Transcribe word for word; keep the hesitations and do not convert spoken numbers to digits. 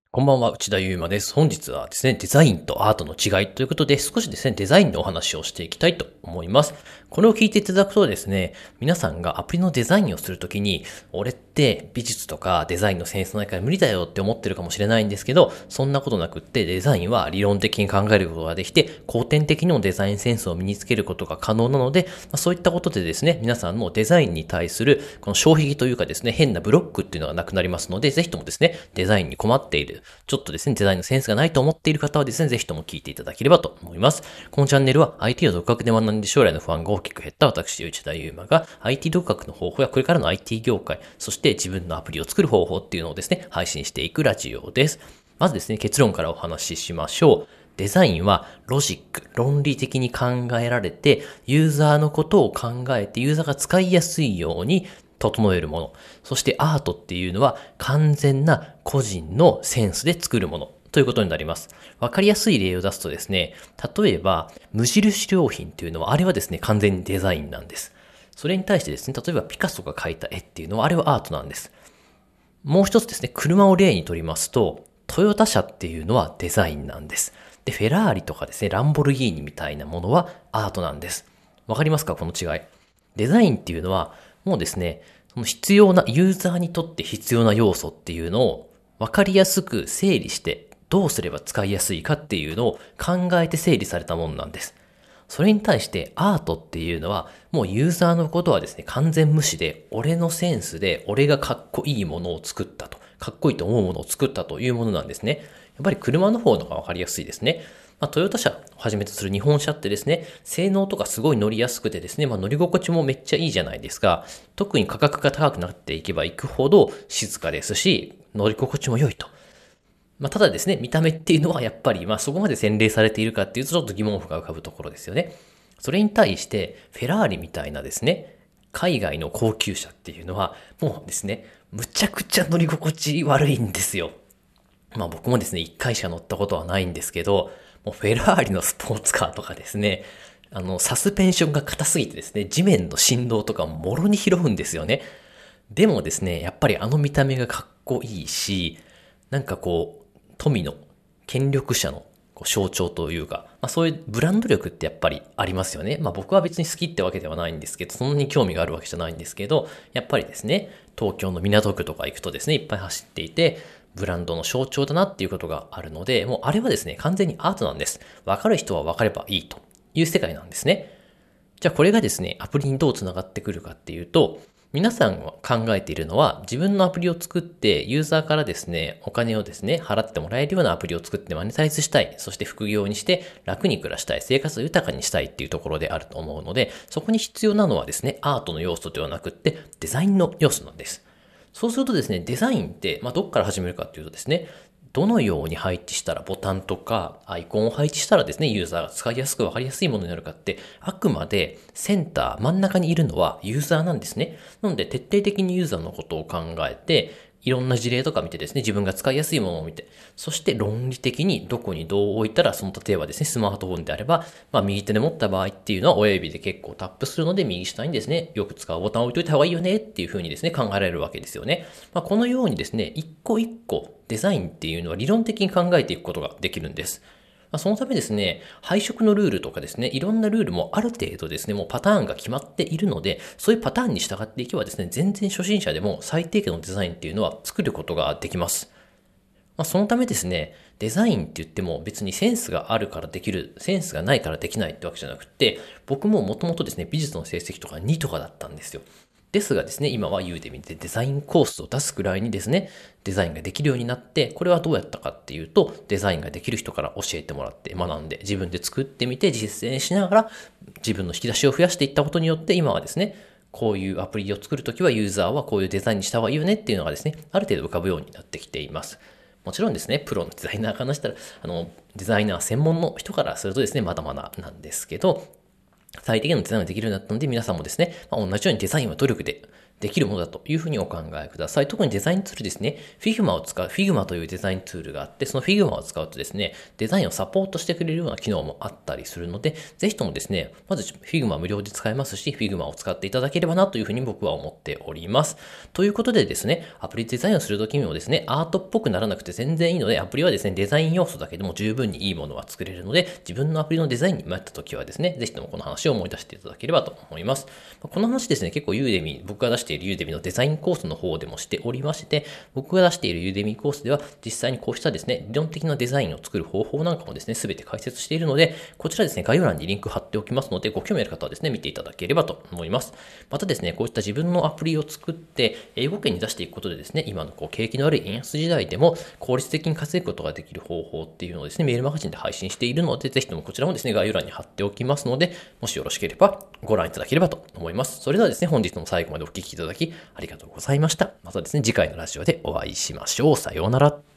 こんばんは、内田祐馬です。本日はですね、デザインとアートの違いということで、少しですね、デザインのお話をしていきたいと思います。これを聞いていただくとですね、皆さんがアプリのデザインをするときに、俺って美術とかデザインのセンスないから無理だよって思ってるかもしれないんですけど、そんなことなくってデザインは理論的に考えることができて、後天的にもデザインセンスを身につけることが可能なので、まあ、そういったことでですね、皆さんのデザインに対するこの障壁というかですね、変なブロックっていうのがなくなりますので、ぜひともですね、デザインに困っている、ちょっとですね、デザインのセンスがないと思っている方はですね、ぜひとも聞いていただければと思います。このチャンネルは アイティー を独学で学んで将来の不安が大きく減った私、内田祐馬が アイティー 独学の方法やこれからの アイティー 業界、そして自分のアプリを作る方法っていうのをですね、配信していくラジオです。まずですね、結論からお話ししましょう。デザインはロジック、論理的に考えられて、ユーザーのことを考えてユーザーが使いやすいように整えるもの。そしてアートっていうのは完全な個人のセンスで作るものということになります。わかりやすい例を出すとですね、例えば無印良品っていうのはあれはですね、完全にデザインなんです。それに対してですね、例えばピカソが描いた絵っていうのはあれはアートなんです。もう一つですね、車を例にとりますと、トヨタ車っていうのはデザインなんです。で、フェラーリとかですね、ランボルギーニみたいなものはアートなんです。わかりますかこの違い。デザインっていうのは、もうですね、その必要な、ユーザーにとって必要な要素っていうのをわかりやすく整理して、どうすれば使いやすいかっていうのを考えて整理されたものなんです。それに対してアートっていうのはもうユーザーのことはですね、完全無視で、俺のセンスで俺がかっこいいものを作ったと、かっこいいと思うものを作ったというものなんですね。やっぱり車の方のがわかりやすいですね。まあ、トヨタ車をはじめとする日本車ってですね、性能とかすごい乗りやすくてですね、まあ、乗り心地もめっちゃいいじゃないですか。特に価格が高くなっていけばいくほど静かですし、乗り心地も良いと。まあ、ただですね、見た目っていうのはやっぱり、まあ、そこまで洗練されているかっていうとちょっと疑問符が浮かぶところですよね。それに対して、フェラーリみたいなですね、海外の高級車っていうのは、もうですね、むちゃくちゃ乗り心地悪いんですよ。まあ僕もですね、一回しか乗ったことはないんですけど、もうフェラーリのスポーツカーとかですね、あの、サスペンションが硬すぎてですね、地面の振動とかもろに拾うんですよね。でもですね、やっぱりあの見た目がかっこいいし、なんかこう、富の、権力者のこう象徴というか、まあそういうブランド力ってやっぱりありますよね。まあ僕は別に好きってわけではないんですけど、そんなに興味があるわけじゃないんですけど、やっぱりですね、東京の港区とか行くとですね、いっぱい走っていて、ブランドの象徴だなっていうことがあるので、もうあれはですね、完全にアートなんです。わかる人はわかればいいという世界なんですね。じゃあこれがですね、アプリにどう繋がってくるかっていうと、皆さんが考えているのは自分のアプリを作ってユーザーからですね、お金をですね、払ってもらえるようなアプリを作ってマネタイズしたい。そして副業にして楽に暮らしたい。生活を豊かにしたいっていうところであると思うので、そこに必要なのはですね、アートの要素ではなくってデザインの要素なんです。そうするとですね、デザインって、まあ、どっから始めるかっていうとですね、どのように配置したらボタンとかアイコンを配置したらですね、ユーザーが使いやすくわかりやすいものになるかって、あくまでセンター、真ん中にいるのはユーザーなんですね。なので徹底的にユーザーのことを考えて、いろんな事例とか見てですね、自分が使いやすいものを見て、そして論理的にどこにどう置いたら、その例えばですね、スマートフォンであれば、まあ右手で持った場合っていうのは親指で結構タップするので、右下にですね、よく使うボタンを置いといた方がいいよねっていう風にですね、考えられるわけですよね。まあこのようにですね、一個一個デザインっていうのは理論的に考えていくことができるんです。まあ、そのためですね、配色のルールとかですね、いろんなルールもある程度ですね、もうパターンが決まっているので、そういうパターンに従っていけばですね、全然初心者でも最低限のデザインっていうのは作ることができます。まあ、そのためですね、デザインって言っても別にセンスがあるからできる、センスがないからできないってわけじゃなくて、僕ももともとですね、美術の成績とかにとかだったんですよ。ですがですね、今はユーデミでデザインコースを出すくらいにですね、デザインができるようになって、これはどうやったかっていうと、デザインができる人から教えてもらって学んで、自分で作ってみて実践しながら、自分の引き出しを増やしていったことによって、今はですね、こういうアプリを作るときはユーザーはこういうデザインにした方がいいよねっていうのがですね、ある程度浮かぶようになってきています。もちろんですね、プロのデザイナーからしたら、あの、デザイナー専門の人からするとですね、まだまだなんですけど、最低限のデザインができるようになったので、皆さんもですね、まあ、同じようにデザインは努力でできるものだというふうにお考えください。特にデザインツールですね。Figma を使う、Figma というデザインツールがあって、その Figma を使うとですね、デザインをサポートしてくれるような機能もあったりするので、ぜひともですね、まず Figma 無料で使えますし、Figma を使っていただければなというふうに僕は思っております。ということでですね、アプリデザインをするときにもですね、アートっぽくならなくて全然いいので、アプリはですね、デザイン要素だけでも十分にいいものは作れるので、自分のアプリのデザインに迷ったときはですね、ぜひともこの話を思い出していただければと思います。この話ですね、結構ユーデミ、僕が出しているユーデミのデザインコースの方でもしておりまして、僕が出しているユーデミコースでは実際にこうしたですね、理論的なデザインを作る方法なんかもですね、すべて解説しているので、こちらですね、概要欄にリンク貼っておきますので、ご興味ある方はですね、見ていただければと思います。またですね、こういった自分のアプリを作って、英語圏に出していくことでですね、今のこう景気の悪い円安時代でも効率的に稼ぐことができる方法っていうのをですね、メールマガジンで配信しているので、ぜひともこちらもですね、概要欄に貼っておきますので、もしよろしければご覧いただければと思います。それではですね、本日も最後までお聞きいただきありがとうございました。またですね、次回のラジオでお会いしましょう。さようなら。